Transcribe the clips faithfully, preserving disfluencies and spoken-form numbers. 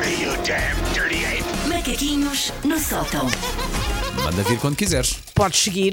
you damn dirty ape! Macaquinhos no sótão. Manda vir quando quiseres. Podes seguir.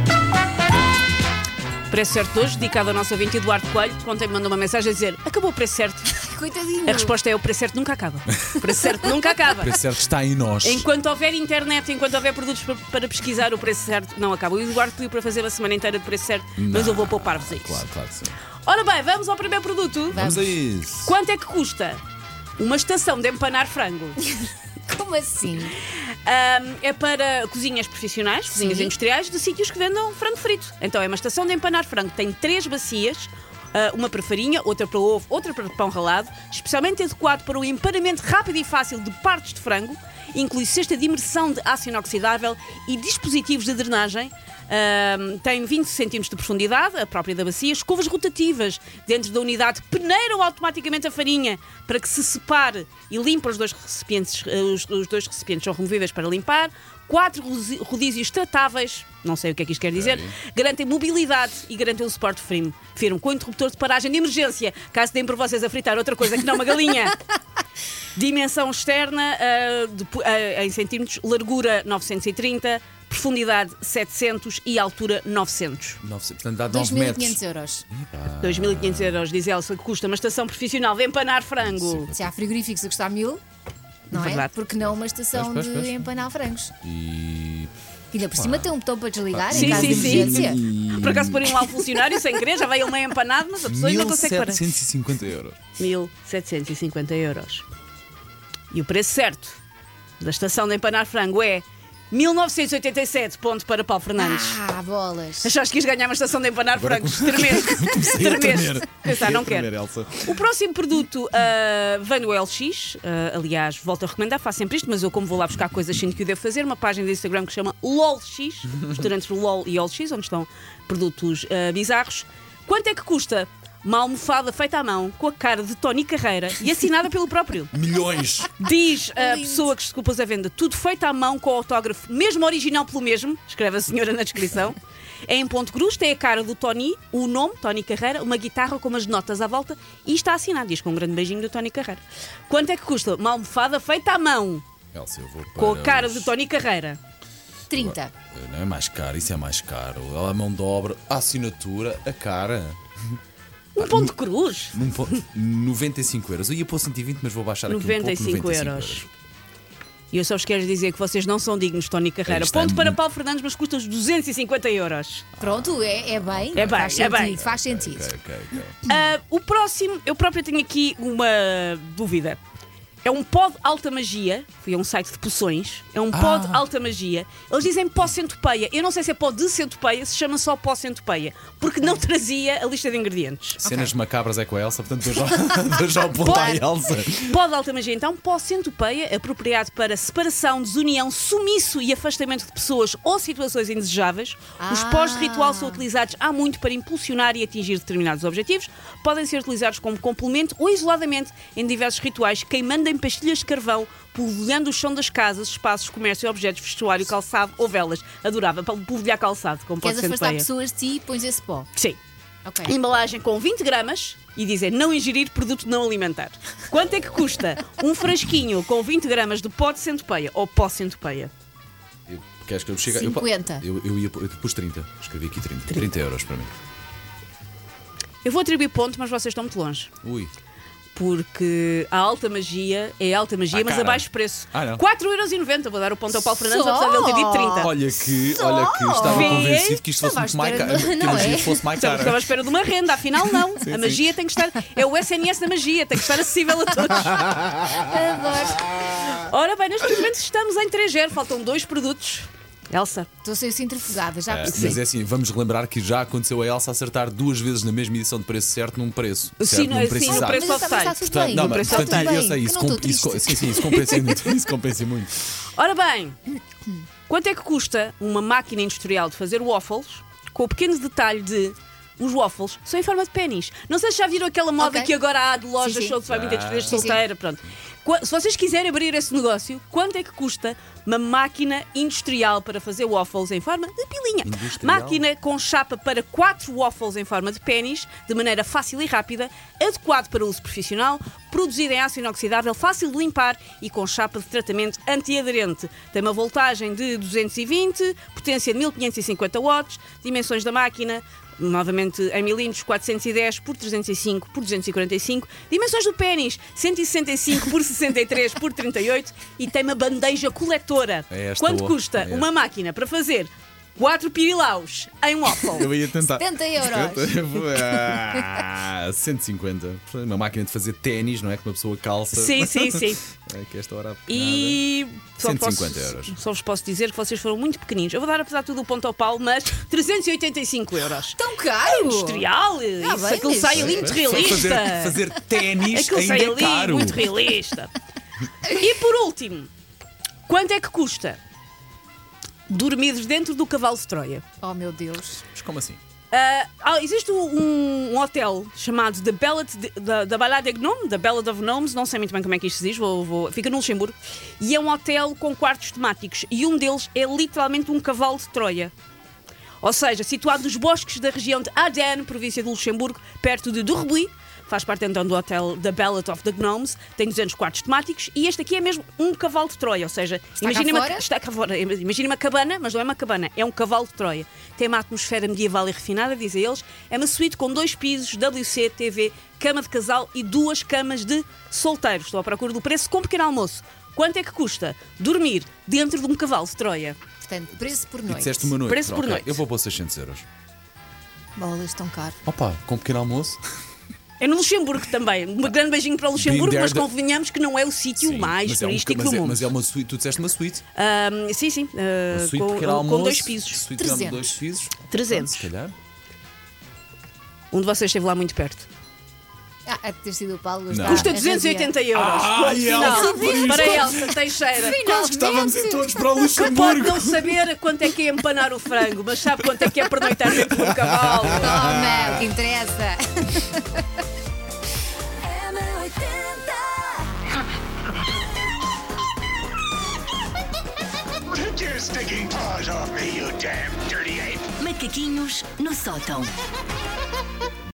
Preço certo de hoje, dedicado ao nosso ouvinte Eduardo Coelho, que ontem me mandou uma mensagem a dizer: acabou o preço certo. Coitadinho. A resposta é: o preço certo nunca acaba. O preço certo nunca acaba. O preço certo está em nós. Enquanto houver internet, enquanto houver produtos para, para pesquisar, o preço certo não acaba. O Eduardo pediu para fazer a semana inteira de preço certo, mas eu vou poupar-vos a isso. Claro, claro que sim. Ora bem, vamos ao primeiro produto. Vamos a isso. Quanto é que custa uma estação de empanar frango? Como assim? Ahm, é para cozinhas profissionais, cozinhas Sim. industriais, de sítios que vendam frango frito. Então é uma estação de empanar frango. Tem três bacias, ah, uma para farinha, outra para ovo, outra para pão ralado, especialmente adequado para o empanamento rápido e fácil de partes de frango. Inclui cesta de imersão de aço inoxidável e dispositivos de drenagem. Um, tem vinte centímetros de profundidade, a própria da bacia, escovas rotativas dentro da unidade que peneiram automaticamente a farinha para que se separe e limpa os dois recipientes. Os, os dois recipientes são removíveis para limpar. Quatro rodízios tratáveis, não sei o que é que isto quer dizer, garantem mobilidade e garantem um suporte firme, firme com interruptor de paragem de emergência, caso deem por vocês a fritar outra coisa que não uma galinha. Dimensão externa uh, de, uh, em centímetros, largura novecentos e trinta, profundidade setecentos e altura novecentos. novecentos, portanto dá dois nove mil e metros. quinhentos euros. dois mil e quinhentos euros, diz Elsa, que custa uma estação profissional de empanar frango. Se há frigoríficos a custar mil, não é? Verdade. Porque não uma estação Pois, pois, de pois. empanar frangos. E. E ainda por cima tem um botão para desligar Sim, em caso sim, de sim. emergência. Por acaso porem lá um funcionário sem querer, já vai ele meio empanado, mas a pessoa ainda mil consegue parar. setecentos e cinquenta euros. mil setecentos e cinquenta euros. E o preço certo da estação de empanar frango é mil novecentos e oitenta e sete, ponto para Paulo Fernandes. Ah, bolas. Achaste que ias ganhar uma estação de empanar Agora frangos? comecei- Tremeste. Comecei a Tremeste. tremer. Pensar, não Comecei a quero. tremer, Elsa. O próximo produto uh, vem do L X. Uh, aliás, volto a recomendar, faço sempre isto, mas eu, como vou lá buscar coisas, sinto que o devo fazer. Uma página de Instagram que se chama LOLX, mistura entre o LOL e L X, onde estão produtos uh, bizarros. Quanto é que custa uma almofada feita à mão com a cara de Tony Carreira e assinada pelo próprio? Milhões! Diz a Lindo. pessoa que se pôs à venda, tudo feito à mão com autógrafo, mesmo original pelo mesmo, escreve a senhora na descrição. É em ponto cruz, tem a cara do Tony, o nome, Tony Carreira, uma guitarra com umas notas à volta e está assinado, diz com um grande beijinho do Tony Carreira. Quanto é que custa uma almofada feita à mão Elsa, eu vou para com a cara os- de Tony Carreira? trinta. Não é mais caro, isso é mais caro. A mão de obra, a assinatura, a cara. Um ponto cruz? Num po- noventa e cinco euros. Eu ia pôr cento e vinte, mas vou baixar aqui um noventa e pouco. cinco euros. E eu só vos quero dizer que vocês não são dignos, Tony Carreira. Isto é Ponto para muito- Paulo Fernandes, mas custa os duzentos e cinquenta euros. Pronto, é, é bem. É bem, faz é sentido, bem. faz sentido. Ok, ok, ok. Ah, o próximo, eu próprio tenho aqui uma dúvida. É um pó de alta magia. Fui a um site de poções. É um pó de Ah. alta magia. Eles dizem pó centopeia. Eu não sei se é pó de centopeia, se chama só pó centopeia. Porque não trazia a lista de ingredientes. Cenas macabras é com a Elsa, portanto eu já, eu já o ponto Pó- à Elsa. Pó de alta magia, então, pó centopeia, apropriado para separação, desunião, sumiço e afastamento de pessoas ou situações indesejáveis. Os Ah. pós de ritual são utilizados há muito para impulsionar e atingir determinados objetivos. Podem ser utilizados como complemento ou isoladamente em diversos rituais, queimando em pastilhas de carvão, polvilhando o chão das casas, espaços, comércio, objetos, vestuário, calçado ou velas. Adorava para polvilhar calçado, como pó de Queres afastar centopeia. pessoas de ti e pões esse pó. Sim. Ok. Embalagem com vinte gramas e dizem não ingerir produto não alimentar. Quanto é que custa um frasquinho com vinte gramas de pó de centopeia ou pó centopeia? Eu- Queres que eu chegue? Eu- cinquenta. Eu, eu, ia, eu pus trinta. Escrevi aqui trinta. trinta euros para mim. Eu vou atribuir ponto, mas vocês estão muito longe. Ui. Porque a alta magia é alta magia, Ah, mas cara. a baixo preço. Ah, não. quatro euros e noventa. Vou dar o ponto ao Paulo Fernandes, Só? apesar de ele ter dito trinta. Olha que, olha que estava Vês? convencido que isto fosse Estava à muito mais espera caro. de- Que a não magia é? fosse mais Estava cara. à espera de uma renda, afinal não. A magia tem que estar. É o S N S da magia, tem que estar acessível a todos. Adoro. Ora bem, neste momento estamos em três zero, faltam dois produtos. Elsa. Estou a ser centrifugada, já É, percebi. mas é assim, vamos relembrar que já aconteceu a Elsa acertar duas vezes na mesma edição de preço certo num preço. Sim, certo, não num é preço assim, no exato. preço ao Mas está- detalhe. está tudo Portanto, bem. não, No mas, preço portanto, está tudo eu bem. sei, isso, Eu não com- estou isso, triste. sim, sim, isso compensa muito. Isso compensa muito. Ora bem, quanto é que custa uma máquina industrial de fazer waffles com o pequeno detalhe de os waffles são em forma de pénis. Não sei se já viram aquela moda Ok. que agora há de lojas Sim, sim. show de família de despedida Sim, sim. solteira. Pronto. Qu- Se vocês quiserem abrir esse negócio, quanto é que custa uma máquina industrial para fazer waffles em forma de pilinha? Industrial? Máquina com chapa para quatro waffles em forma de pénis, de maneira fácil e rápida, adequado para uso profissional, produzido em aço inoxidável, fácil de limpar e com chapa de tratamento antiaderente. Tem uma voltagem de duzentos e vinte, potência de mil quinhentos e cinquenta watts, dimensões da máquina, novamente em milímetros, quatrocentos e dez por trezentos e cinco por duzentos e quarenta e cinco. Dimensões do pénis, cento e sessenta e cinco por sessenta e três por trinta e oito. E tem uma bandeja coletora. É esta Quanto o- custa é. uma máquina para fazer quatro pirilaus em waffle? Eu ia tentar. setenta euros. Ah, cento e cinquenta. Uma máquina de fazer ténis, não é? Que uma pessoa calça. Sim, sim, sim. É que esta hora há E só cento e posso- cinquenta euros. Só vos posso dizer que vocês foram muito pequeninos. Eu vou dar, apesar de tudo, o ponto ao Paulo, mas trezentos e oitenta e cinco euros. Tão caro! Industrial, isso, bem, aquilo mas- sai ali muito realista. Fazer, fazer ténis Aquilo ainda sai é ali caro. muito realista. E por último, quanto é que custa dormir dentro do cavalo de Troia? Oh meu Deus. Mas como assim? Ah, ah, existe um, um hotel chamado The Ballad de- da, da Ballade de Gnome, The Ballad of Gnomes, não sei muito bem como é que isto se diz, vou, vou- fica no Luxemburgo, e é um hotel com quartos temáticos, e um deles é literalmente um cavalo de Troia. Ou seja, situado nos bosques da região de Ardennes, província de Luxemburgo, perto de Durbuy. Faz parte então do hotel The Ballad of the Gnomes, tem duzentos quartos temáticos e este aqui é mesmo um cavalo de Troia, ou seja, Está cá imagina uma, fora? está cá fora, imagina uma cabana, mas não é uma cabana, é um cavalo de Troia. Tem uma atmosfera medieval e refinada, dizem eles, é uma suíte com dois pisos, W C, T V, cama de casal e duas camas de solteiros. Estou à procura do preço com pequeno almoço. Quanto é que custa dormir dentro de um cavalo de Troia? Portanto, preço por E noite. disseste uma noite. Preço por Ok, noite. Eu vou pôr seiscentos euros. Bolas tão caro. Opa, com um pequeno almoço. É no Luxemburgo também. Um grande beijinho para o Luxemburgo, Been there, mas the- convenhamos que não é o sítio Sim, mais mas é um- turístico mas do é- mundo. Mas é uma suíte. Tu disseste uma suíte. Ahm, sim, sim. ah, Uma suíte com, pequeno com almoço. dois pisos. Suíte trezentos. com dois pisos. trezentos. Se calhar. Um de vocês esteve lá muito perto. Ah, é de ter sido o Paulo. Não. está Custa a duzentos e oitenta euros. Ah, Ponto e final. Elsa, por isso. Para Elsa Teixeira. Finalmente. Estávamos a ir todos para o Que pode Luxemburgo. não saber quanto é que é empanar o frango, mas sabe quanto é que é pernoitar dentro do cavalo. Toma, o que interessa. Take your stinking paws off me, you damn dirty ape! Macaquinhos no sótão.